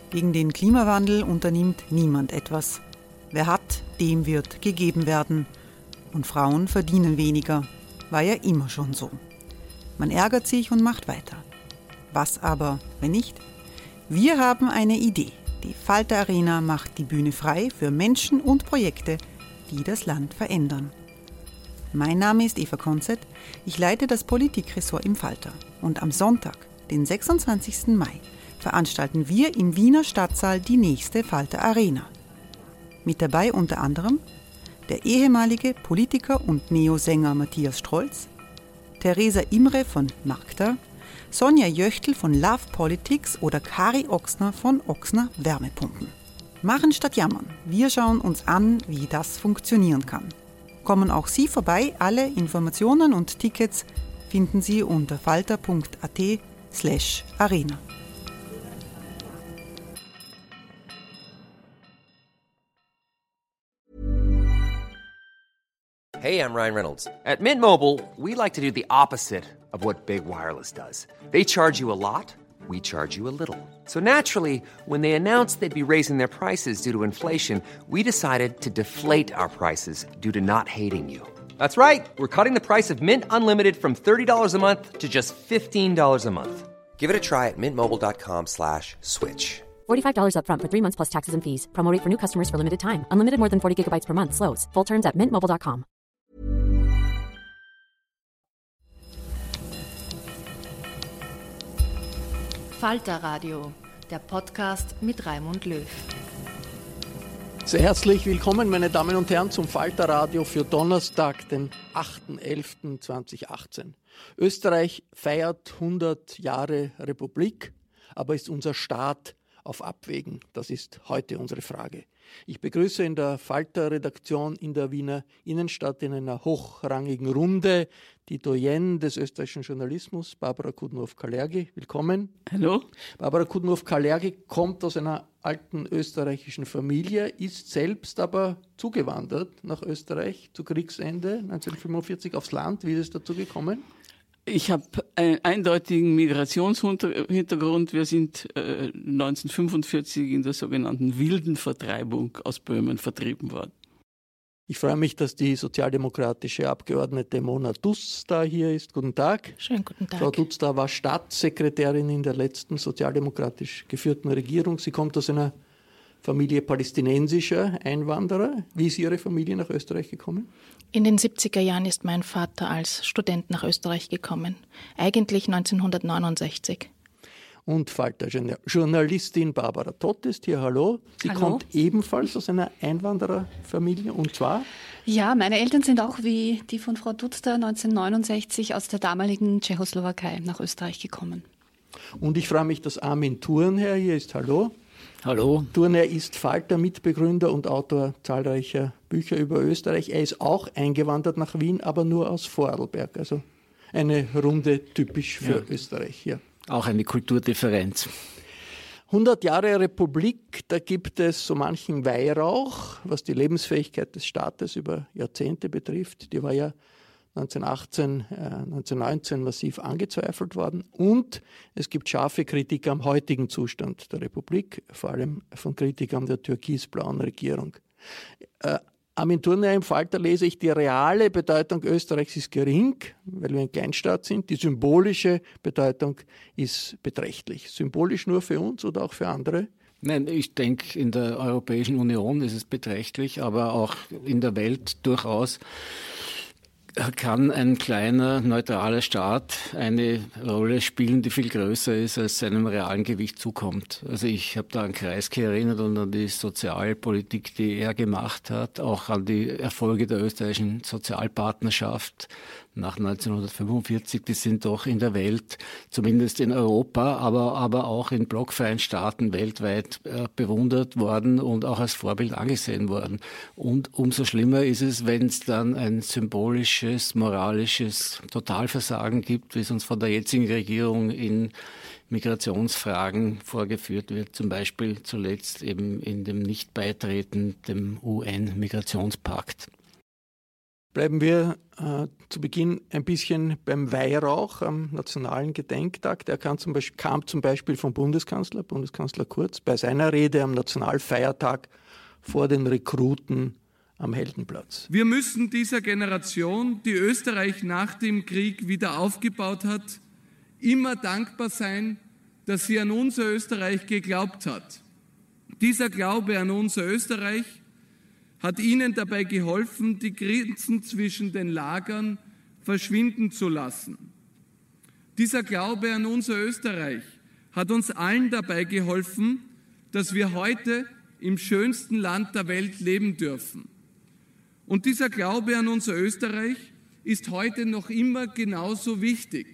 Gegen den Klimawandel unternimmt niemand etwas. Wer hat, dem wird gegeben werden. Und Frauen verdienen weniger. War ja immer schon so. Man ärgert sich und macht weiter. Was aber, wenn nicht? Wir haben eine Idee. Die Falter Arena macht die Bühne frei für Menschen und Projekte, die das Land verändern. Mein Name ist Eva Konzett. Ich leite das Politikressort im Falter. Und am Sonntag, den 26. Mai, veranstalten wir im Wiener Stadtsaal die nächste Falter Arena. Mit dabei unter anderem der ehemalige Politiker und Neosänger Matthias Strolz, Theresa Imre von Magda, Sonja Jöchtl von Love Politics oder Kari Ochsner von Ochsner Wärmepumpen. Machen statt jammern. Wir schauen uns an, wie das funktionieren kann. Kommen auch Sie vorbei. Alle Informationen und Tickets finden Sie unter falter.at/arena. Hey, I'm Ryan Reynolds. At Mint Mobile, we like to do the opposite of what Big Wireless does. They charge you a lot, we charge you a little. So naturally, when they announced they'd be raising their prices due to inflation, we decided to deflate our prices due to not hating you. That's right. We're cutting the price of Mint Unlimited from $30 a month to just $15 a month. Give it a try at mintmobile.com/switch. $45 up front for 3 months plus taxes and fees. Promo rate for new customers for limited time. Unlimited more than 40 gigabytes per month. Slows full terms at mintmobile.com. Falter Radio, der Podcast mit Raimund Löw. Sehr herzlich willkommen, meine Damen und Herren, zum Falter Radio für Donnerstag, den 8.11.2018. Österreich feiert 100 Jahre Republik, aber ist unser Staat auf Abwägen? Das ist heute unsere Frage. Ich begrüße in der Falter-Redaktion in der Wiener Innenstadt in einer hochrangigen Runde die Doyenne des österreichischen Journalismus, Barbara Kudnow-Kalergi. Willkommen. Hallo. Barbara Kudnow-Kalergi kommt aus einer alten österreichischen Familie, ist selbst aber zugewandert nach Österreich zu Kriegsende 1945 aufs Land. Wie ist es dazu gekommen? Ich habe einen eindeutigen Migrationshintergrund. Wir sind 1945 in der sogenannten wilden Vertreibung aus Böhmen vertrieben worden. Ich freue mich, dass die sozialdemokratische Abgeordnete Mona Dustá hier ist. Guten Tag. Schönen guten Tag. Frau Dustá war Staatssekretärin in der letzten sozialdemokratisch geführten Regierung. Sie kommt aus einer Familie palästinensischer Einwanderer. Wie ist Ihre Familie nach Österreich gekommen? In den 70er Jahren ist mein Vater als Student nach Österreich gekommen. Eigentlich 1969. Und Falter-Journalistin Barbara Tott ist hier. Hallo. Sie kommt ebenfalls aus einer Einwandererfamilie und zwar? Ja, meine Eltern sind auch wie die von Frau Dustá 1969 aus der damaligen Tschechoslowakei nach Österreich gekommen. Und ich freue mich, dass Armin Thurnherr hier ist. Hallo. Hallo. Thurnherr ist Falter-Mitbegründer und Autor zahlreicher Bücher über Österreich. Er ist auch eingewandert nach Wien, aber nur aus Vorarlberg. Also eine Runde typisch für Österreich hier. Auch eine Kulturdifferenz. 100 Jahre Republik, da gibt es so manchen Weihrauch, was die Lebensfähigkeit des Staates über Jahrzehnte betrifft. Die war ja 1919 massiv angezweifelt worden. Und es gibt scharfe Kritik am heutigen Zustand der Republik, vor allem von Kritikern der türkis-blauen Regierung. Armin Thurnherr, im Falter lese ich, die reale Bedeutung Österreichs ist gering, weil wir ein Kleinstaat sind. Die symbolische Bedeutung ist beträchtlich. Symbolisch nur für uns oder auch für andere? Nein, ich denke, in der Europäischen Union ist es beträchtlich, aber auch in der Welt durchaus kann ein kleiner, neutraler Staat eine Rolle spielen, die viel größer ist, als seinem realen Gewicht zukommt. Also ich habe da an Kreisky erinnert und an die Sozialpolitik, die er gemacht hat, auch an die Erfolge der österreichischen Sozialpartnerschaft nach 1945, die sind doch in der Welt, zumindest in Europa, aber auch in blockfreien Staaten weltweit bewundert worden und auch als Vorbild angesehen worden. Und umso schlimmer ist es, wenn es dann ein symbolisches, moralisches Totalversagen gibt, wie es uns von der jetzigen Regierung in Migrationsfragen vorgeführt wird, zum Beispiel zuletzt eben in dem Nichtbeitreten dem UN-Migrationspakt. Bleiben wir zu Beginn ein bisschen beim Weihrauch am Nationalen Gedenktag. Der kam zum Beispiel vom Bundeskanzler Kurz, bei seiner Rede am Nationalfeiertag vor den Rekruten am Heldenplatz. Wir müssen dieser Generation, die Österreich nach dem Krieg wieder aufgebaut hat, immer dankbar sein, dass sie an unser Österreich geglaubt hat. Dieser Glaube an unser Österreich hat ihnen dabei geholfen, die Grenzen zwischen den Lagern verschwinden zu lassen. Dieser Glaube an unser Österreich hat uns allen dabei geholfen, dass wir heute im schönsten Land der Welt leben dürfen. Und dieser Glaube an unser Österreich ist heute noch immer genauso wichtig.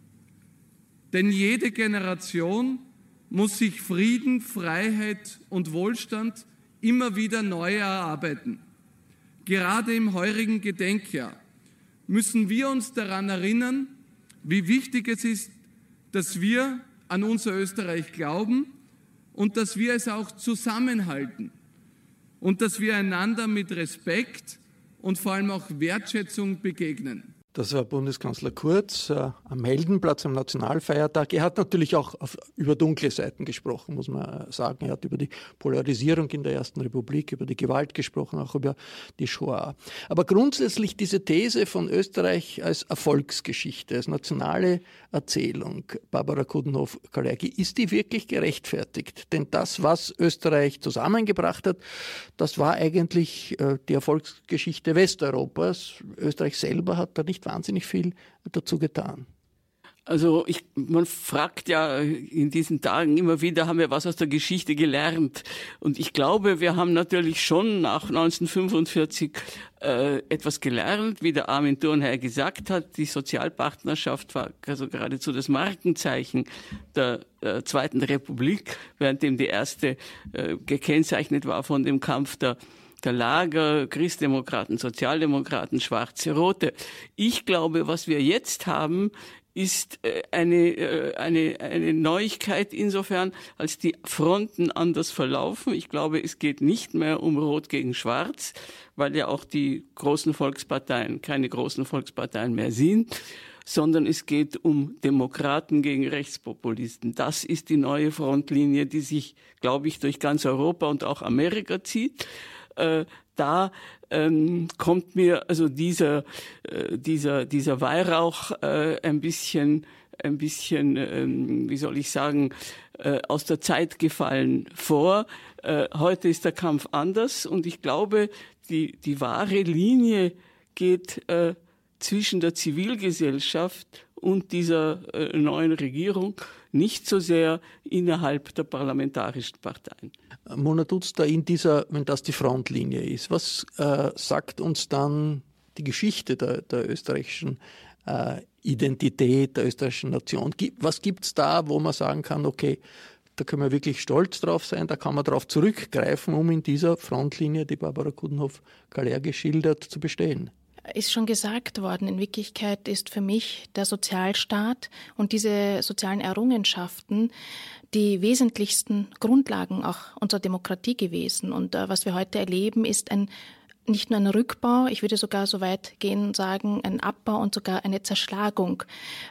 Denn jede Generation muss sich Frieden, Freiheit und Wohlstand immer wieder neu erarbeiten. Gerade im heurigen Gedenkjahr müssen wir uns daran erinnern, wie wichtig es ist, dass wir an unser Österreich glauben und dass wir es auch zusammenhalten und dass wir einander mit Respekt und vor allem auch Wertschätzung begegnen. Das war Bundeskanzler Kurz am Heldenplatz am Nationalfeiertag. Er hat natürlich auch über dunkle Seiten gesprochen, muss man sagen. Er hat über die Polarisierung in der Ersten Republik, über die Gewalt gesprochen, auch über die Shoah. Aber grundsätzlich diese These von Österreich als Erfolgsgeschichte, als nationale Erzählung, Barbara Coudenhove-Kalergi, ist die wirklich gerechtfertigt? Denn das, was Österreich zusammengebracht hat, das war eigentlich die Erfolgsgeschichte Westeuropas. Österreich selber hat da nicht wahnsinnig viel dazu getan. Also man fragt ja in diesen Tagen immer wieder, haben wir was aus der Geschichte gelernt? Und ich glaube, wir haben natürlich schon nach 1945 etwas gelernt, wie der Armin Thurnherr gesagt hat. Die Sozialpartnerschaft war also geradezu das Markenzeichen der Zweiten Republik, währenddem die erste gekennzeichnet war von dem Kampf der Lager, Christdemokraten, Sozialdemokraten, Schwarze, Rote. Ich glaube, was wir jetzt haben, ist eine Neuigkeit insofern, als die Fronten anders verlaufen. Ich glaube, es geht nicht mehr um Rot gegen Schwarz, weil ja auch die großen Volksparteien keine großen Volksparteien mehr sind, sondern es geht um Demokraten gegen Rechtspopulisten. Das ist die neue Frontlinie, die sich, glaube ich, durch ganz Europa und auch Amerika zieht. Da kommt mir also dieser Weihrauch ein bisschen, wie soll ich sagen, aus der Zeit gefallen vor. Heute ist der Kampf anders und ich glaube, die wahre Linie geht zwischen der Zivilgesellschaft und dieser neuen Regierung, nicht so sehr innerhalb der parlamentarischen Parteien. Mona Tutzter, wenn das die Frontlinie ist, was sagt uns dann die Geschichte der österreichischen Identität, der österreichischen Nation? Was gibt es da, wo man sagen kann, okay, da können wir wirklich stolz drauf sein, da kann man darauf zurückgreifen, um in dieser Frontlinie, die Barbara Coudenhove-Kalergi schildert, zu bestehen? Ist schon gesagt worden, in Wirklichkeit ist für mich der Sozialstaat und diese sozialen Errungenschaften die wesentlichsten Grundlagen auch unserer Demokratie gewesen. Und was wir heute erleben, ist nicht nur ein Rückbau, ich würde sogar so weit gehen und sagen, ein Abbau und sogar eine Zerschlagung.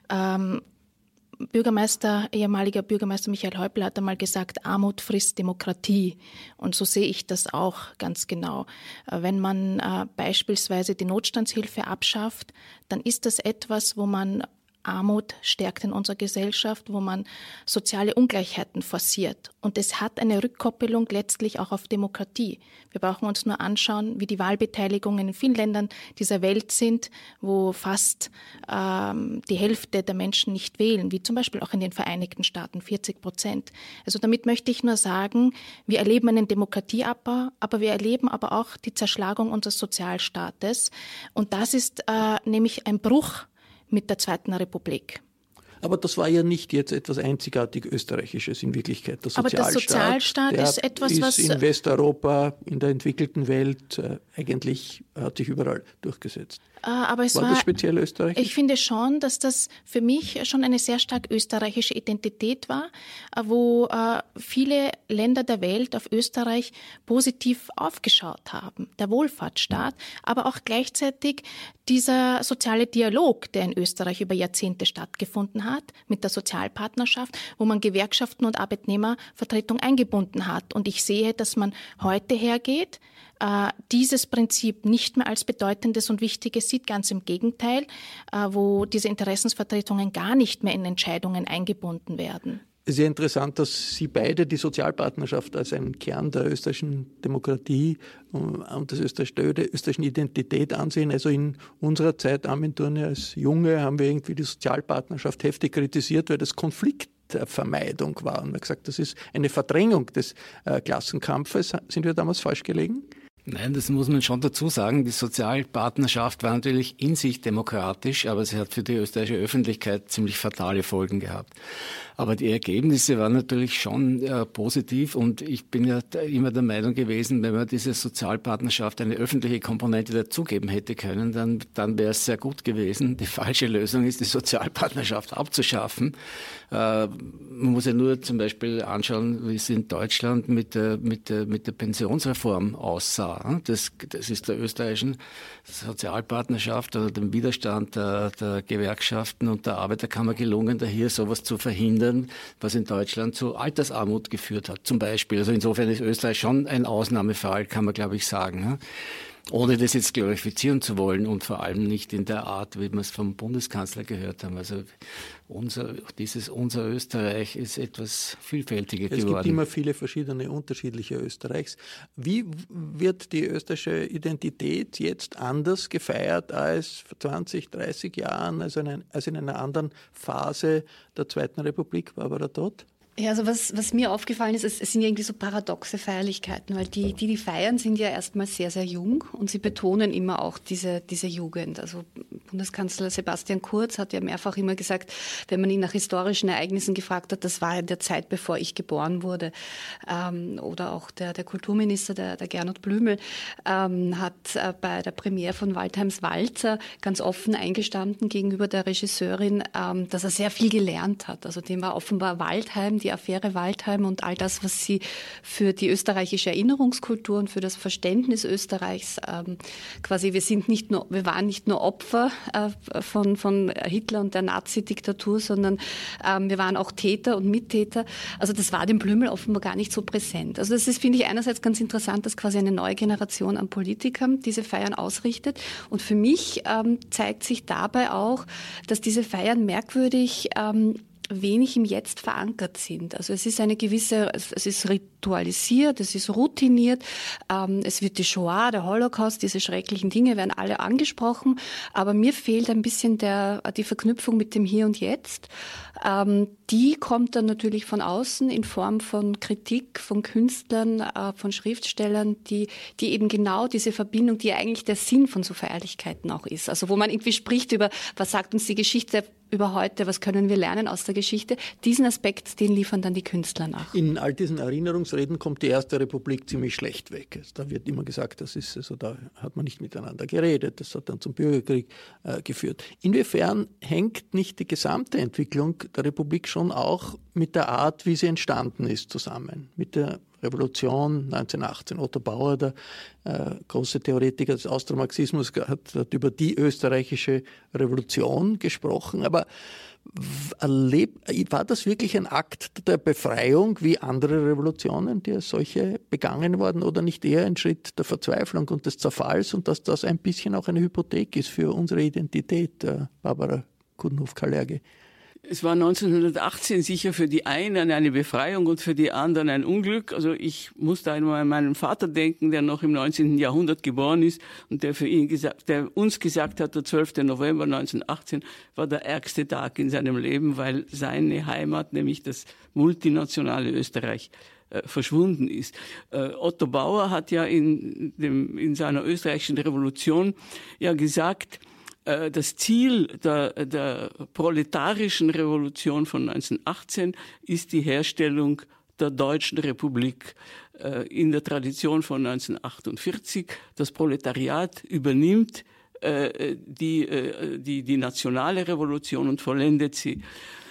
Ehemaliger Bürgermeister Michael Häupl hat einmal gesagt, Armut frisst Demokratie. Und so sehe ich das auch ganz genau. Wenn man beispielsweise die Notstandshilfe abschafft, dann ist das etwas, wo man Armut stärkt in unserer Gesellschaft, wo man soziale Ungleichheiten forciert. Und es hat eine Rückkoppelung letztlich auch auf Demokratie. Wir brauchen uns nur anschauen, wie die Wahlbeteiligungen in vielen Ländern dieser Welt sind, wo fast die Hälfte der Menschen nicht wählen, wie zum Beispiel auch in den Vereinigten Staaten, 40%. Also damit möchte ich nur sagen, wir erleben einen Demokratieabbau, aber wir erleben aber auch die Zerschlagung unseres Sozialstaates. Und das ist nämlich ein Bruch mit der Zweiten Republik. Aber das war ja nicht jetzt etwas einzigartig Österreichisches in Wirklichkeit. Der Aber der Sozialstaat ist etwas, was in Westeuropa, in der entwickelten Welt eigentlich hat sich überall durchgesetzt. Aber es war das speziell österreichisch? Ich finde schon, dass das für mich schon eine sehr stark österreichische Identität war, wo viele Länder der Welt auf Österreich positiv aufgeschaut haben. Der Wohlfahrtsstaat, aber auch gleichzeitig dieser soziale Dialog, der in Österreich über Jahrzehnte stattgefunden hat, mit der Sozialpartnerschaft, wo man Gewerkschaften und Arbeitnehmervertretung eingebunden hat. Und ich sehe, dass man heute hergeht, dieses Prinzip nicht mehr als bedeutendes und wichtiges sieht, ganz im Gegenteil, wo diese Interessensvertretungen gar nicht mehr in Entscheidungen eingebunden werden. Sehr interessant, dass Sie beide die Sozialpartnerschaft als einen Kern der österreichischen Demokratie und der österreichischen Identität ansehen. Also in unserer Zeit, Armin Thurner, als Junge, haben wir irgendwie die Sozialpartnerschaft heftig kritisiert, weil das Konfliktvermeidung war. Und man hat gesagt, das ist eine Verdrängung des Klassenkampfes. Sind wir damals falsch gelegen? Nein, das muss man schon dazu sagen. Die Sozialpartnerschaft war natürlich in sich demokratisch, aber sie hat für die österreichische Öffentlichkeit ziemlich fatale Folgen gehabt. Aber die Ergebnisse waren natürlich schon positiv und ich bin ja immer der Meinung gewesen, wenn man diese Sozialpartnerschaft eine öffentliche Komponente dazugeben hätte können, dann wäre es sehr gut gewesen. Die falsche Lösung ist, die Sozialpartnerschaft abzuschaffen. Man muss ja nur zum Beispiel anschauen, wie es in Deutschland mit der Pensionsreform aussah. Das ist der österreichischen Sozialpartnerschaft oder dem Widerstand der Gewerkschaften und der Arbeiterkammer gelungen, da hier sowas zu verhindern, was in Deutschland zu Altersarmut geführt hat, zum Beispiel. Also insofern ist Österreich schon ein Ausnahmefall, kann man, glaube ich, sagen. Ohne das jetzt glorifizieren zu wollen und vor allem nicht in der Art, wie wir es vom Bundeskanzler gehört haben. Also unser Österreich ist etwas vielfältiger geworden. Es gibt immer viele verschiedene unterschiedliche Österreichs. Wie wird die österreichische Identität jetzt anders gefeiert als vor 20, 30 Jahren, als in einer anderen Phase der Zweiten Republik, Barbara Todt? Ja, also was mir aufgefallen ist, es sind irgendwie so paradoxe Feierlichkeiten, weil die feiern, sind ja erstmal sehr, sehr jung und sie betonen immer auch diese Jugend. Also Bundeskanzler Sebastian Kurz hat ja mehrfach immer gesagt, wenn man ihn nach historischen Ereignissen gefragt hat, das war in der Zeit, bevor ich geboren wurde. Oder auch der Kulturminister, der Gernot Blümel, hat bei der Premiere von Waldheims Walzer ganz offen eingestanden gegenüber der Regisseurin, dass er sehr viel gelernt hat. Also dem war offenbar Waldheim, die Affäre Waldheim und all das, was sie für die österreichische Erinnerungskultur und für das Verständnis Österreichs quasi, wir waren nicht nur Opfer von Hitler und der Nazi-Diktatur, sondern wir waren auch Täter und Mittäter. Also das war dem Blümel offenbar gar nicht so präsent. Also das ist, finde ich, einerseits ganz interessant, dass quasi eine neue Generation an Politikern diese Feiern ausrichtet. Und für mich zeigt sich dabei auch, dass diese Feiern merkwürdig wenig im Jetzt verankert sind. Also es ist es ist ritualisiert, es ist routiniert, es wird die Shoah, der Holocaust, diese schrecklichen Dinge werden alle angesprochen, aber mir fehlt ein bisschen die Verknüpfung mit dem Hier und Jetzt. Die kommt dann natürlich von außen in Form von Kritik, von Künstlern, von Schriftstellern, die eben genau diese Verbindung, die eigentlich der Sinn von so Feierlichkeiten auch ist. Also wo man irgendwie spricht über, was sagt uns die Geschichte über heute, was können wir lernen aus der Geschichte. Diesen Aspekt, den liefern dann die Künstler nach. In all diesen Erinnerungsreden kommt die Erste Republik ziemlich schlecht weg. Da wird immer gesagt, da hat man nicht miteinander geredet, das hat dann zum Bürgerkrieg geführt. Inwiefern hängt nicht die gesamte Entwicklung der Republik schon auch mit der Art, wie sie entstanden ist, zusammen? Mit der Revolution 1918. Otto Bauer, der große Theoretiker des Austromarxismus, hat über die österreichische Revolution gesprochen. Aber war das wirklich ein Akt der Befreiung wie andere Revolutionen, die als solche begangen wurden, oder nicht eher ein Schritt der Verzweiflung und des Zerfalls und dass das ein bisschen auch eine Hypothek ist für unsere Identität, Barbara Coudenhove-Kalergi? Es war 1918 sicher für die einen eine Befreiung und für die anderen ein Unglück. Also ich muss da einmal an meinen Vater denken, der noch im 19. Jahrhundert geboren ist und der uns gesagt hat, der 12. November 1918 war der ärgste Tag in seinem Leben, weil seine Heimat, nämlich das multinationale Österreich, verschwunden ist. Otto Bauer hat ja in seiner österreichischen Revolution ja gesagt, das Ziel der proletarischen Revolution von 1918 ist die Herstellung der Deutschen Republik in der Tradition von 1948. Das Proletariat übernimmt die nationale Revolution und vollendet sie.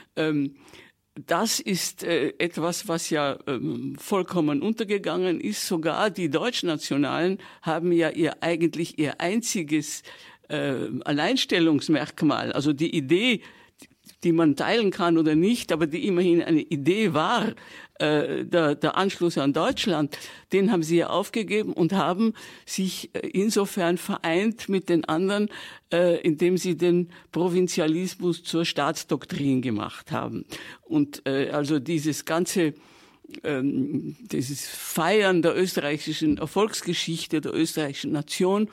Das ist etwas, was ja vollkommen untergegangen ist. Sogar die Deutschnationalen haben ja ihr einziges Alleinstellungsmerkmal, also die Idee, die man teilen kann oder nicht, aber die immerhin eine Idee war, der Anschluss an Deutschland, den haben sie ja aufgegeben und haben sich insofern vereint mit den anderen, indem sie den Provinzialismus zur Staatsdoktrin gemacht haben. Und also dieses ganze dieses Feiern der österreichischen Erfolgsgeschichte, der österreichischen Nation,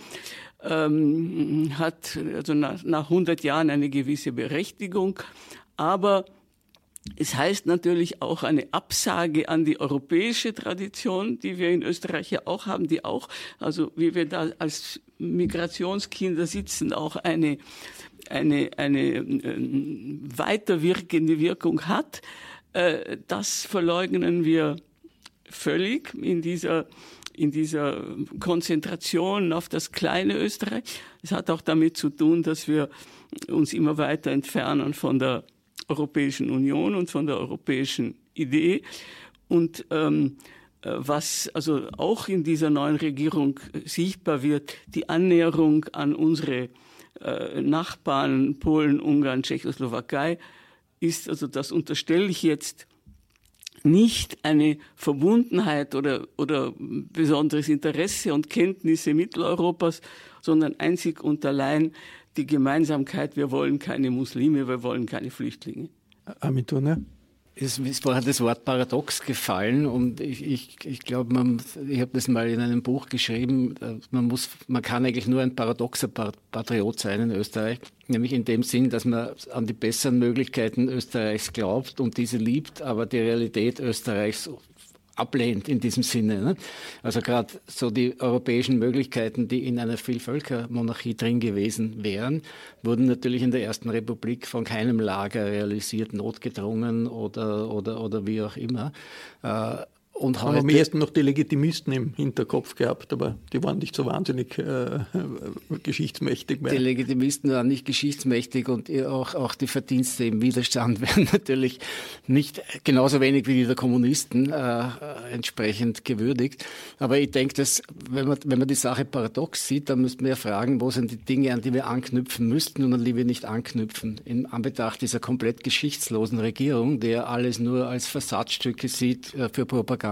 hat also nach 100 Jahren eine gewisse Berechtigung, aber es heißt natürlich auch eine Absage an die europäische Tradition, die wir in Österreich ja auch haben, die auch, also wie wir da als Migrationskinder sitzen, auch eine weiterwirkende Wirkung hat. Das verleugnen wir völlig in dieser Konzentration auf das kleine Österreich. Es hat auch damit zu tun, dass wir uns immer weiter entfernen von der Europäischen Union und von der europäischen Idee. Und was also auch in dieser neuen Regierung sichtbar wird, die Annäherung an unsere Nachbarn Polen, Ungarn, Tschechoslowakei, ist, also das unterstelle ich jetzt, nicht eine Verbundenheit oder besonderes Interesse und Kenntnisse Mitteleuropas, sondern einzig und allein die Gemeinsamkeit, wir wollen keine Muslime, wir wollen keine Flüchtlinge. Armin Thurner? Es ist vorher das Wort paradox gefallen und ich glaube, ich habe das mal in einem Buch geschrieben, man kann eigentlich nur ein paradoxer Patriot sein in Österreich, nämlich in dem Sinn, dass man an die besseren Möglichkeiten Österreichs glaubt und diese liebt, aber die Realität Österreichs ablehnt in diesem Sinne. Ne? Also gerade so die europäischen Möglichkeiten, die in einer Vielvölkermonarchie drin gewesen wären, wurden natürlich in der Ersten Republik von keinem Lager realisiert, notgedrungen oder wie auch immer. Und haben am ehesten noch die Legitimisten im Hinterkopf gehabt, aber die waren nicht so wahnsinnig geschichtsmächtig mehr. Die Legitimisten waren nicht geschichtsmächtig und auch die Verdienste im Widerstand werden natürlich nicht genauso wenig wie die der Kommunisten entsprechend gewürdigt. Aber ich denke, dass wenn man die Sache paradox sieht, dann müsste man ja fragen, wo sind die Dinge, an die wir anknüpfen müssten und an die wir nicht anknüpfen. In Anbetracht dieser komplett geschichtslosen Regierung, die ja alles nur als Versatzstücke sieht für Propaganda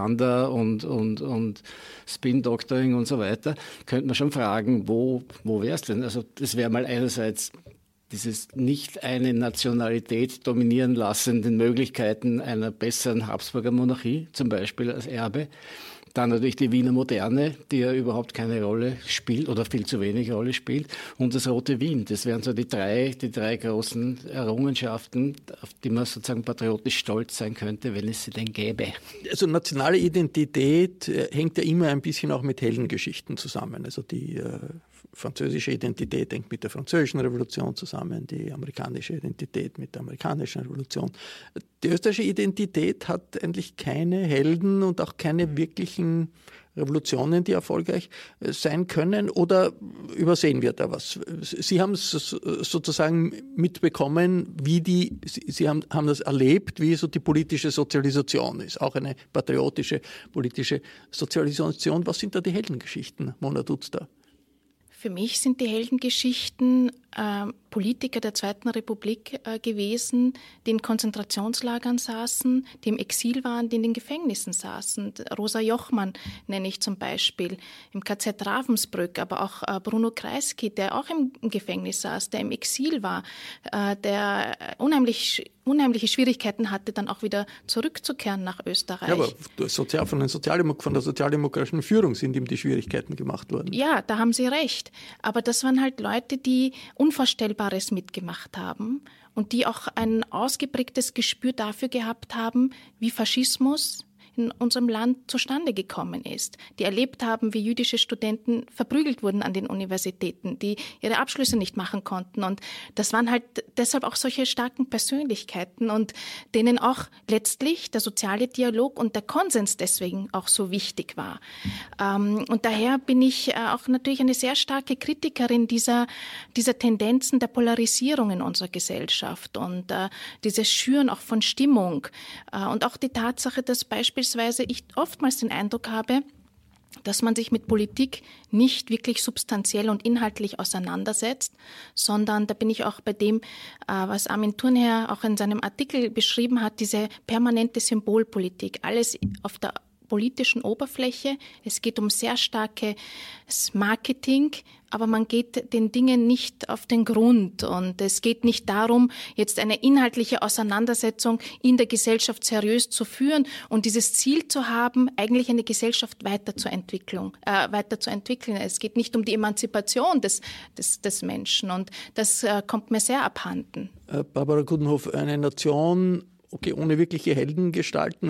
und Spin-Doctoring und so weiter, könnte man schon fragen, wo wäre es denn? Also das wäre mal einerseits dieses nicht eine Nationalität dominieren lassenden Möglichkeiten einer besseren Habsburger Monarchie, zum Beispiel als Erbe. Dann natürlich die Wiener Moderne, die ja überhaupt keine Rolle spielt oder viel zu wenig Rolle spielt. Und das Rote Wien. Das wären so die drei großen Errungenschaften, auf die man sozusagen patriotisch stolz sein könnte, wenn es sie denn gäbe. Also nationale Identität hängt ja immer ein bisschen auch mit Heldengeschichten zusammen. Also die französische Identität hängt mit der französischen Revolution zusammen, die amerikanische Identität mit der amerikanischen Revolution. Die österreichische Identität hat eigentlich keine Helden und auch keine wirklichen Revolutionen, die erfolgreich sein können, oder übersehen wir da was? Sie haben es sozusagen mitbekommen, Sie haben das erlebt, wie so die politische Sozialisation ist, auch eine patriotische politische Sozialisation. Was sind da die Heldengeschichten, Mona Dutzda? Für mich sind die Heldengeschichten Politiker der Zweiten Republik gewesen, die in Konzentrationslagern saßen, die im Exil waren, die in den Gefängnissen saßen. Rosa Jochmann nenne ich zum Beispiel, im KZ Ravensbrück, aber auch Bruno Kreisky, der auch im Gefängnis saß, der im Exil war, der unheimliche Schwierigkeiten hatte, dann auch wieder zurückzukehren nach Österreich. Ja, aber von der sozialdemokratischen Führung sind ihm die Schwierigkeiten gemacht worden. Ja, da haben Sie recht. Aber das waren halt Leute, die Unvorstellbares mitgemacht haben und die auch ein ausgeprägtes Gespür dafür gehabt haben, wie Faschismus in unserem Land zustande gekommen ist, die erlebt haben, wie jüdische Studenten verprügelt wurden an den Universitäten, die ihre Abschlüsse nicht machen konnten. Und das waren halt deshalb auch solche starken Persönlichkeiten und denen auch letztlich der soziale Dialog und der Konsens deswegen auch so wichtig war. Und daher bin ich auch natürlich eine sehr starke Kritikerin dieser Tendenzen der Polarisierung in unserer Gesellschaft und dieses Schüren auch von Stimmung und auch die Tatsache, dass beispielsweise ich oftmals den Eindruck habe, dass man sich mit Politik nicht wirklich substanziell und inhaltlich auseinandersetzt, sondern da bin ich auch bei dem, was Armin Thurnherr auch in seinem Artikel beschrieben hat, diese permanente Symbolpolitik, alles auf der politischen Oberfläche. Es geht um sehr starkes Marketing, aber man geht den Dingen nicht auf den Grund. Und es geht nicht darum, jetzt eine inhaltliche Auseinandersetzung in der Gesellschaft seriös zu führen und dieses Ziel zu haben, eigentlich eine Gesellschaft weiterzuentwickeln. Es geht nicht um die Emanzipation des Menschen. Und das kommt mir sehr abhanden. Barbara Gudenhoff, eine Nation, okay, ohne wirkliche Heldengestalten,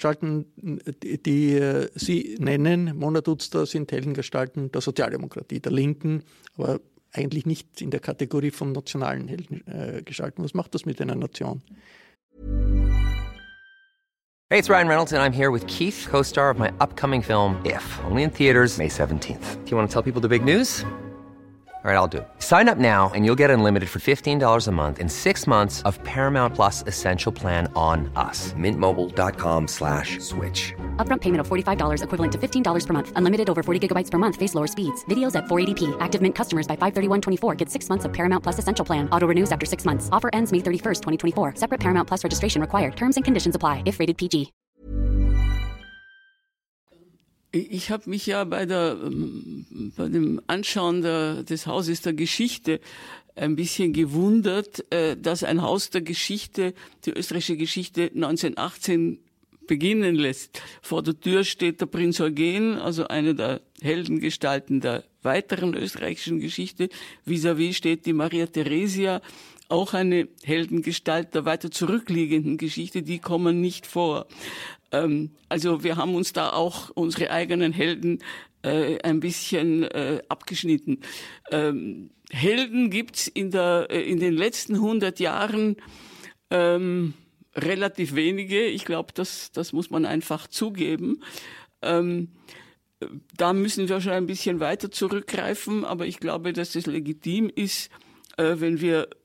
die Sie nennen, Mona Dutzter, sind Heldengestalten der Sozialdemokratie, der Linken, aber eigentlich nicht in der Kategorie von nationalen Heldengestalten. Was macht das mit einer Nation? Hey, it's Ryan Reynolds, and I'm here with Keith, co-star of my upcoming film, If, only in theaters May 17th. Do you want to tell people the big news? All right, I'll do it. Sign up now and you'll get unlimited for $15 a month and 6 months of Paramount Plus Essential Plan on us. MintMobile.com/switch. Upfront payment of $45 equivalent to $15 per month. Unlimited over 40 gigabytes per month. Face lower speeds. Videos at 480p. Active Mint customers by 531.24 get 6 months of Paramount Plus Essential Plan. Auto renews after 6 months. Offer ends May 31st, 2024. Separate Paramount Plus registration required. Terms and conditions apply if rated PG. Ich habe mich ja bei dem Anschauen des Hauses der Geschichte ein bisschen gewundert, dass ein Haus der Geschichte die österreichische Geschichte 1918 beginnen lässt. Vor der Tür steht der Prinz Eugen, also eine der Heldengestalten der weiteren österreichischen Geschichte. Vis-à-vis steht die Maria Theresia, auch eine Heldengestalt der weiter zurückliegenden Geschichte, die kommen nicht vor. Also wir haben uns da auch unsere eigenen Helden ein bisschen abgeschnitten. Helden gibt's in den letzten 100 Jahren relativ wenige. Ich glaube, das muss man einfach zugeben. Da müssen wir schon ein bisschen weiter zurückgreifen, aber ich glaube, dass es legitim ist, wenn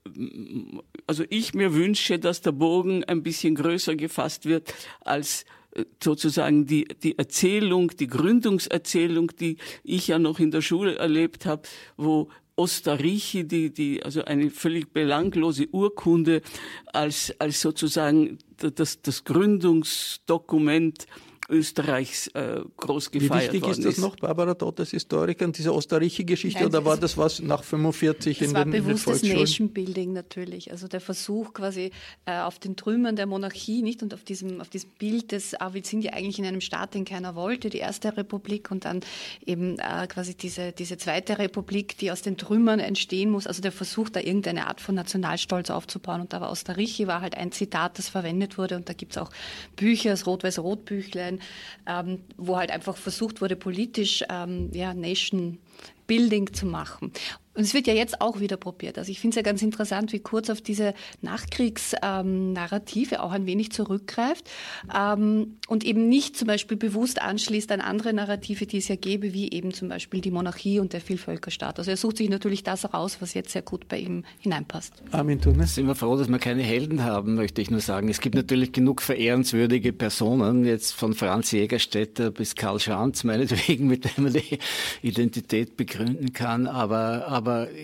ich mir wünsche, dass der Bogen ein bisschen größer gefasst wird als sozusagen die Erzählung, die Gründungserzählung, die ich ja noch in der Schule erlebt habe, wo Osterrichi, also eine völlig belanglose Urkunde als sozusagen das Gründungsdokument Österreichs groß gefeiert worden ist. Wie wichtig ist das noch, Barbara Todt, als Historikerin, diese Osterrichi-Geschichte, oder war das was nach 45 in den Volksschulen? Es war bewusstes Nation-Building natürlich, also der Versuch quasi auf den Trümmern der Monarchie, nicht, und auf diesem Bild des, wir sind ja eigentlich in einem Staat, den keiner wollte, die Erste Republik und dann eben quasi diese Zweite Republik, die aus den Trümmern entstehen muss, also der Versuch, da irgendeine Art von Nationalstolz aufzubauen, und da war Osterrichi, war halt ein Zitat, das verwendet wurde, und da gibt es auch Bücher, das Rot-Weiß-Rot-Büchlein, wo halt einfach versucht wurde, politisch Nation Building zu machen. Und es wird ja jetzt auch wieder probiert. Also ich finde es ja ganz interessant, wie Kurz auf diese Nachkriegsnarrative auch ein wenig zurückgreift und eben nicht zum Beispiel bewusst anschließt an andere Narrative, die es ja gäbe, wie eben zum Beispiel die Monarchie und der Vielvölkerstaat. Also er sucht sich natürlich das raus, was jetzt sehr gut bei ihm hineinpasst. Armin Thurnherr. Sind wir froh, dass wir keine Helden haben, möchte ich nur sagen. Es gibt natürlich genug verehrenswürdige Personen, jetzt von Franz Jägerstätter bis Karl Schanz, meinetwegen, mit denen man die Identität begründen kann, aber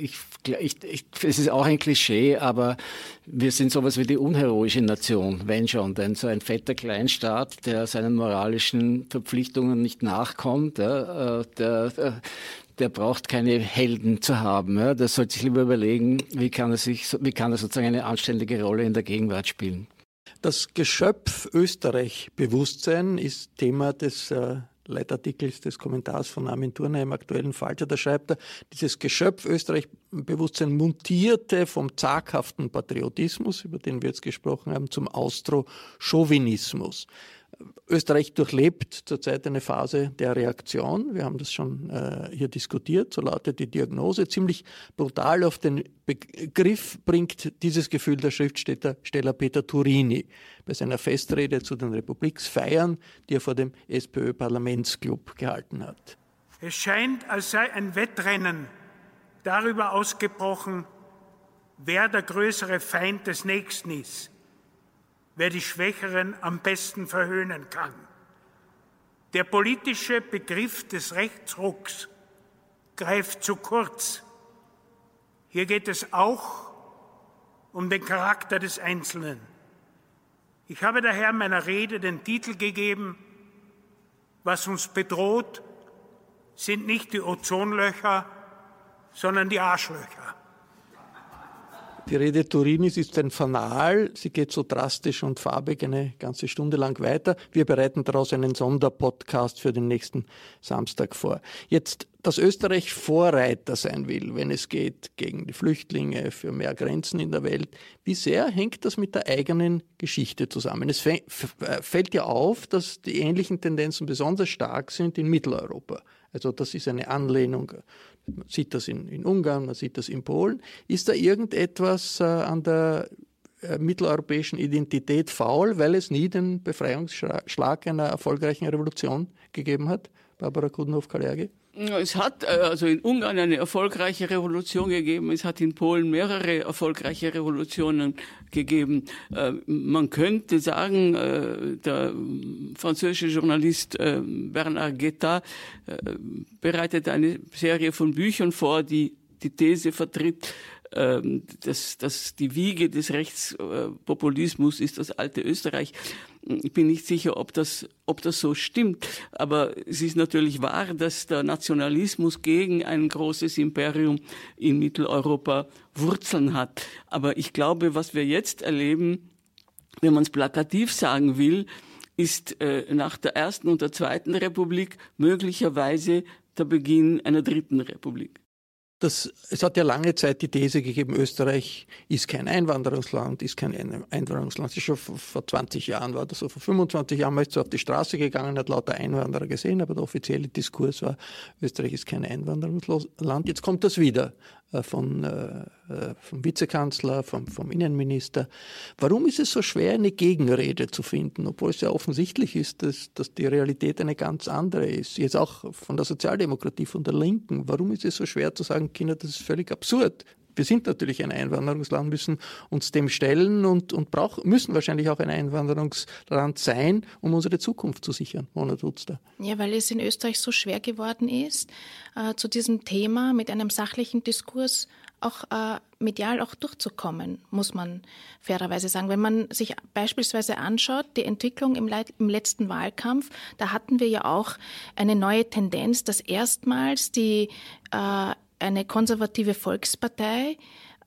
es ist auch ein Klischee, aber wir sind sowas wie die unheroische Nation, wenn schon, denn so ein fetter Kleinstaat, der seinen moralischen Verpflichtungen nicht nachkommt, der braucht keine Helden zu haben. Ja. Der sollte sich lieber überlegen, wie kann er sozusagen eine anständige Rolle in der Gegenwart spielen. Das Geschöpf Österreich-Bewusstsein ist Thema des Leitartikels des Kommentars von Armin Thurnherr im aktuellen Falter. Da schreibt er, dieses Geschöpf Österreich-Bewusstsein mutierte vom zaghaften Patriotismus, über den wir jetzt gesprochen haben, zum Austro-Chauvinismus. Österreich durchlebt zurzeit eine Phase der Reaktion. Wir haben das schon hier diskutiert. So lautet die Diagnose. Ziemlich brutal auf den Begriff bringt dieses Gefühl der Schriftsteller Peter Turini bei seiner Festrede zu den Republiksfeiern, die er vor dem SPÖ-Parlamentsclub gehalten hat. Es scheint, als sei ein Wettrennen darüber ausgebrochen, wer der größere Feind des Nächsten ist, wer die Schwächeren am besten verhöhnen kann. Der politische Begriff des Rechtsrucks greift zu kurz. Hier geht es auch um den Charakter des Einzelnen. Ich habe daher meiner Rede den Titel gegeben: Was uns bedroht, sind nicht die Ozonlöcher, sondern die Arschlöcher. Die Rede Turinis ist ein Fanal. Sie geht so drastisch und farbig eine ganze Stunde lang weiter. Wir bereiten daraus einen Sonderpodcast für den nächsten Samstag vor. Jetzt, dass Österreich Vorreiter sein will, wenn es geht gegen die Flüchtlinge, für mehr Grenzen in der Welt. Wie sehr hängt das mit der eigenen Geschichte zusammen? Es fällt ja auf, dass die ähnlichen Tendenzen besonders stark sind in Mitteleuropa. Also das ist eine Anlehnung. Man sieht das in Ungarn, man sieht das in Polen. Ist da irgendetwas an der mitteleuropäischen Identität faul, weil es nie den Befreiungsschlag einer erfolgreichen Revolution gegeben hat? Barbara Coudenhove-Kalergi? Es hat also in Ungarn eine erfolgreiche Revolution gegeben, es hat in Polen mehrere erfolgreiche Revolutionen gegeben. Man könnte sagen, der französische Journalist Bernard Guetta bereitet eine Serie von Büchern vor, die die These vertritt, dass die Wiege des Rechtspopulismus ist das alte Österreich. Ich bin nicht sicher, ob das so stimmt. Aber es ist natürlich wahr, dass der Nationalismus gegen ein großes Imperium in Mitteleuropa Wurzeln hat. Aber ich glaube, was wir jetzt erleben, wenn man es plakativ sagen will, ist nach der Ersten und der Zweiten Republik möglicherweise der Beginn einer Dritten Republik. Es hat ja lange Zeit die These gegeben, Österreich ist kein Einwanderungsland, ist kein Einwanderungsland. Das ist schon vor 20 Jahren war das so. Vor 25 Jahren ist so auf die Straße gegangen, hat lauter Einwanderer gesehen, aber der offizielle Diskurs war, Österreich ist kein Einwanderungsland. Jetzt kommt das wieder vom Vizekanzler, vom Innenminister. Warum ist es so schwer, eine Gegenrede zu finden, obwohl es ja offensichtlich ist, dass die Realität eine ganz andere ist? Jetzt auch von der Sozialdemokratie, von der Linken. Warum ist es so schwer zu sagen, Kinder, das ist völlig absurd? Wir sind natürlich ein Einwanderungsland, müssen uns dem stellen und müssen wahrscheinlich auch ein Einwanderungsland sein, um unsere Zukunft zu sichern. Mona Dutzter. Ja, weil es in Österreich so schwer geworden ist, zu diesem Thema mit einem sachlichen Diskurs auch medial auch durchzukommen, muss man fairerweise sagen. Wenn man sich beispielsweise anschaut, die Entwicklung im letzten Wahlkampf, da hatten wir ja auch eine neue Tendenz, dass erstmals eine konservative Volkspartei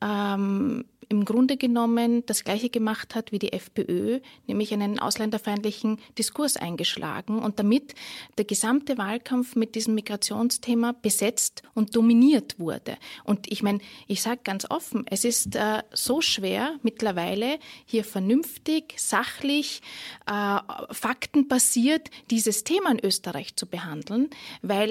im Grunde genommen das Gleiche gemacht hat wie die FPÖ, nämlich einen ausländerfeindlichen Diskurs eingeschlagen und damit der gesamte Wahlkampf mit diesem Migrationsthema besetzt und dominiert wurde. Und ich meine, ich sage ganz offen, es ist so schwer mittlerweile hier vernünftig, sachlich, faktenbasiert dieses Thema in Österreich zu behandeln, weil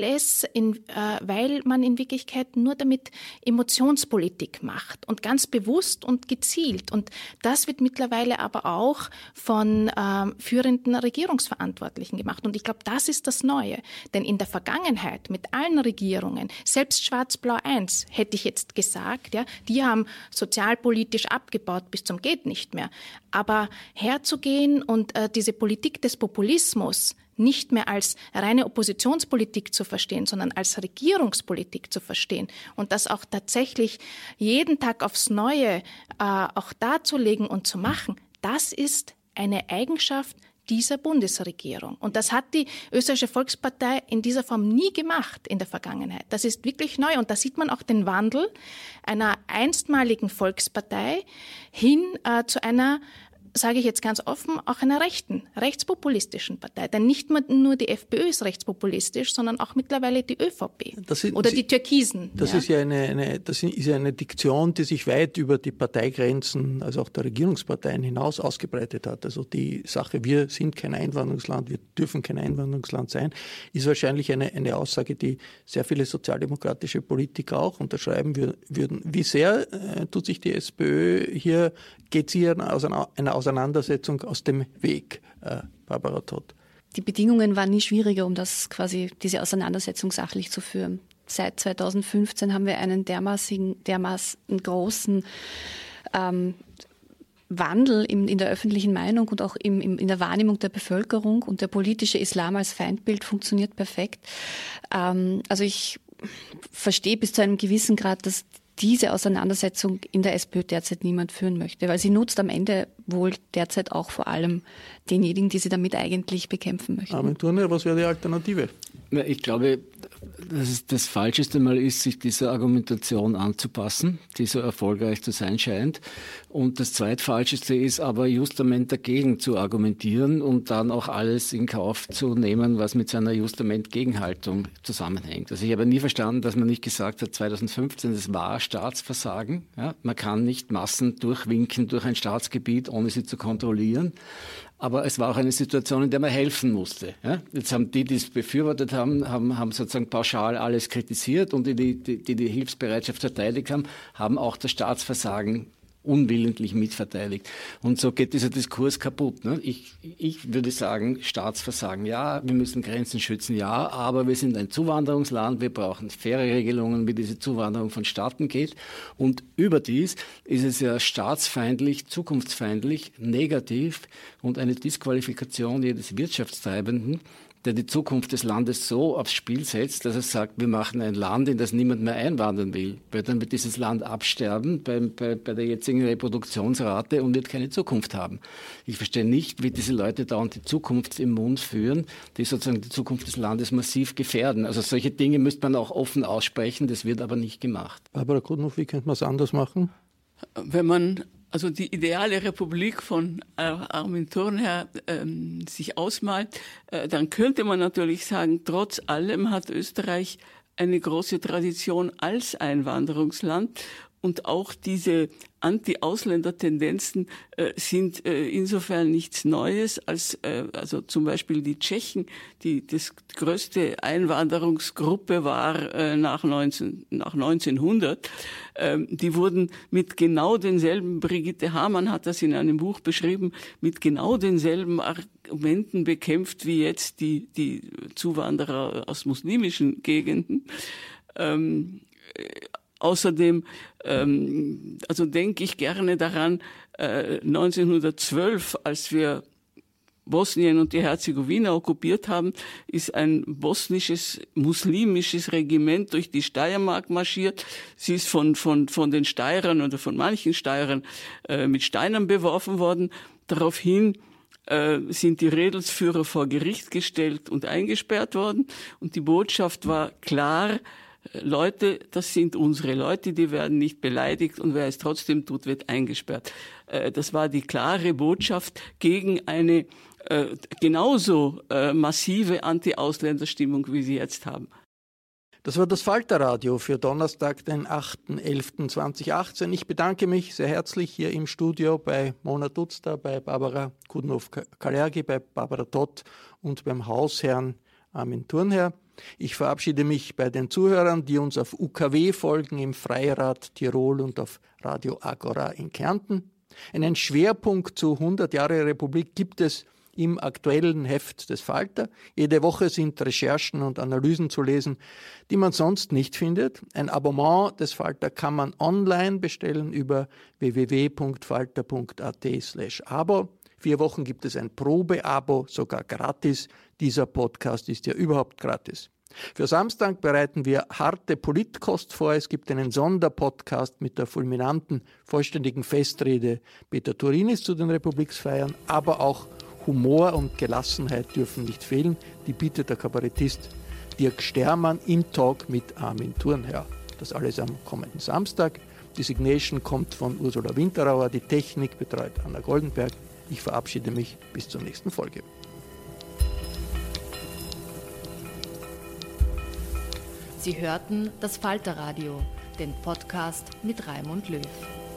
man in Wirklichkeit nur damit Emotionspolitik macht und ganz bewusst und gezielt. Und das wird mittlerweile aber auch von führenden Regierungsverantwortlichen gemacht. Und ich glaube, das ist das Neue. Denn in der Vergangenheit mit allen Regierungen, selbst Schwarz-Blau 1, hätte ich jetzt gesagt, ja, die haben sozialpolitisch abgebaut bis zum geht nicht mehr. Aber herzugehen und diese Politik des Populismus nicht mehr als reine Oppositionspolitik zu verstehen, sondern als Regierungspolitik zu verstehen und das auch tatsächlich jeden Tag aufs Neue auch darzulegen und zu machen, das ist eine Eigenschaft dieser Bundesregierung. Und das hat die Österreichische Volkspartei in dieser Form nie gemacht in der Vergangenheit. Das ist wirklich neu und da sieht man auch den Wandel einer einstmaligen Volkspartei hin zu einer sage ich jetzt ganz offen, auch einer rechtspopulistischen Partei. Denn nicht nur die FPÖ ist rechtspopulistisch, sondern auch mittlerweile die ÖVP oder die Türkisen. Das ist ja eine Diktion, die sich weit über die Parteigrenzen, also auch der Regierungsparteien hinaus ausgebreitet hat. Also die Sache, wir sind kein Einwanderungsland, wir dürfen kein Einwanderungsland sein, ist wahrscheinlich eine Aussage, die sehr viele sozialdemokratische Politiker auch unterschreiben würden. Wie sehr tut sich die SPÖ hier, geht sie einer Auseinandersetzung aus dem Weg, Barbara Todt? Die Bedingungen waren nie schwieriger, um diese Auseinandersetzung sachlich zu führen. Seit 2015 haben wir einen dermaßen großen Wandel in der öffentlichen Meinung und auch in der Wahrnehmung der Bevölkerung, und der politische Islam als Feindbild funktioniert perfekt. Also ich verstehe bis zu einem gewissen Grad, dass diese Auseinandersetzung in der SPÖ derzeit niemand führen möchte, weil sie nutzt am Ende wohl derzeit auch vor allem denjenigen, die sie damit eigentlich bekämpfen möchten. Armin Thurnherr, was wäre die Alternative? Ich glaube, dass es das Falscheste mal ist, sich dieser Argumentation anzupassen, die so erfolgreich zu sein scheint. Und das Zweitfalscheste ist aber justament dagegen zu argumentieren und dann auch alles in Kauf zu nehmen, was mit seiner Justament-Gegenhaltung zusammenhängt. Also ich habe nie verstanden, dass man nicht gesagt hat, 2015, das war Staatsversagen. Ja? Man kann nicht Massen durchwinken durch ein Staatsgebiet, ohne sie zu kontrollieren. Aber es war auch eine Situation, in der man helfen musste. Ja? Jetzt haben die es befürwortet haben sozusagen pauschal alles kritisiert, und die Hilfsbereitschaft verteidigt haben auch das Staatsversagen unwillentlich mitverteidigt. Und so geht dieser Diskurs kaputt. Ne? Ich würde sagen, Staatsversagen ja, wir müssen Grenzen schützen ja, aber wir sind ein Zuwanderungsland, wir brauchen faire Regelungen, wie diese Zuwanderung vonstatten geht. Und überdies ist es ja staatsfeindlich, zukunftsfeindlich, negativ und eine Disqualifikation jedes Wirtschaftstreibenden, der die Zukunft des Landes so aufs Spiel setzt, dass er sagt, wir machen ein Land, in das niemand mehr einwandern will. Weil dann wird dieses Land absterben bei der jetzigen Reproduktionsrate und wird keine Zukunft haben. Ich verstehe nicht, wie diese Leute dauernd die Zukunft im Mund führen, die sozusagen die Zukunft des Landes massiv gefährden. Also solche Dinge müsste man auch offen aussprechen, das wird aber nicht gemacht. Barbara Kudnow, wie könnte man es anders machen? Wenn man also die ideale Republik von Armin Thurnherr sich ausmalt, dann könnte man natürlich sagen, trotz allem hat Österreich eine große Tradition als Einwanderungsland, und auch diese Anti-Ausländer-Tendenzen sind insofern nichts Neues, als also zum Beispiel die Tschechen, die das größte Einwanderungsgruppe war nach 1900, die wurden mit genau denselben, Brigitte Hamann hat das in einem Buch beschrieben, mit genau denselben Argumenten bekämpft wie jetzt die Zuwanderer aus muslimischen Gegenden. Außerdem also denke ich gerne daran, 1912, als wir Bosnien und die Herzegowina okkupiert haben, ist ein bosnisches, muslimisches Regiment durch die Steiermark marschiert. Sie ist von den Steirern oder von manchen Steirern mit Steinen beworfen worden. Daraufhin sind die Redelsführer vor Gericht gestellt und eingesperrt worden. Und die Botschaft war klar: Leute, das sind unsere Leute, die werden nicht beleidigt, und wer es trotzdem tut, wird eingesperrt. Das war die klare Botschaft gegen eine genauso massive Anti-Ausländer-Stimmung, wie sie jetzt haben. Das war das Falter-Radio für Donnerstag, den 8.11.2018. Ich bedanke mich sehr herzlich hier im Studio bei Mona Dutzter, bei Barbara Kudnow-Kalergi, bei Barbara Todt und beim Hausherrn Armin Thurnherr. Ich verabschiede mich bei den Zuhörern, die uns auf UKW folgen, im Freirad Tirol und auf Radio Agora in Kärnten. Einen Schwerpunkt zu 100 Jahre Republik gibt es im aktuellen Heft des Falter. Jede Woche sind Recherchen und Analysen zu lesen, die man sonst nicht findet. Ein Abonnement des Falter kann man online bestellen über www.falter.at/abo. 4 Wochen gibt es ein Probeabo, sogar gratis. Dieser Podcast ist ja überhaupt gratis. Für Samstag bereiten wir harte Politkost vor. Es gibt einen Sonderpodcast mit der fulminanten, vollständigen Festrede Peter Turinis zu den Republiksfeiern, aber auch Humor und Gelassenheit dürfen nicht fehlen. Die bietet der Kabarettist Dirk Stermann im Talk mit Armin Thurnherr. Das alles am kommenden Samstag. Die Signation kommt von Ursula Winterauer, die Technik betreut Anna Goldenberg. Ich verabschiede mich bis zur nächsten Folge. Sie hörten das Falterradio, den Podcast mit Raimund Löw.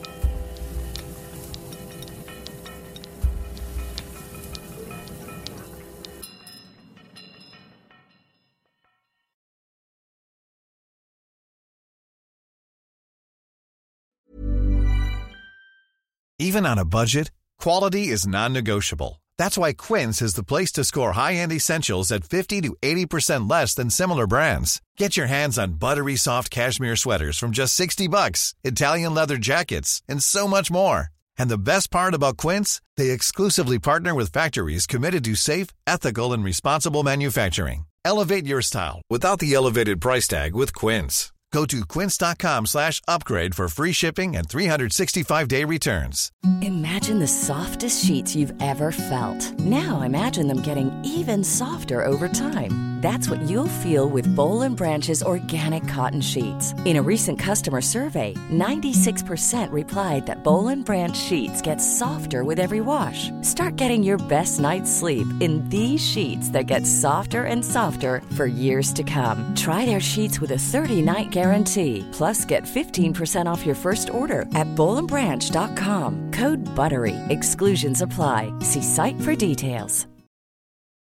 Even on a budget, quality is non-negotiable. That's why Quince is the place to score high-end essentials at 50 to 80% less than similar brands. Get your hands on buttery soft cashmere sweaters from just $60, Italian leather jackets, and so much more. And the best part about Quince, they exclusively partner with factories committed to safe, ethical, and responsible manufacturing. Elevate your style without the elevated price tag with Quince. Go to quince.com/upgrade for free shipping and 365-day returns. Imagine the softest sheets you've ever felt. Now imagine them getting even softer over time. That's what you'll feel with Boll & Branch's organic cotton sheets. In a recent customer survey, 96% replied that Boll & Branch sheets get softer with every wash. Start getting your best night's sleep in these sheets that get softer and softer for years to come. Try their sheets with a 30-night guarantee. Plus, get 15% off your first order at bollandbranch.com. Code BUTTERY. Exclusions apply. See site for details.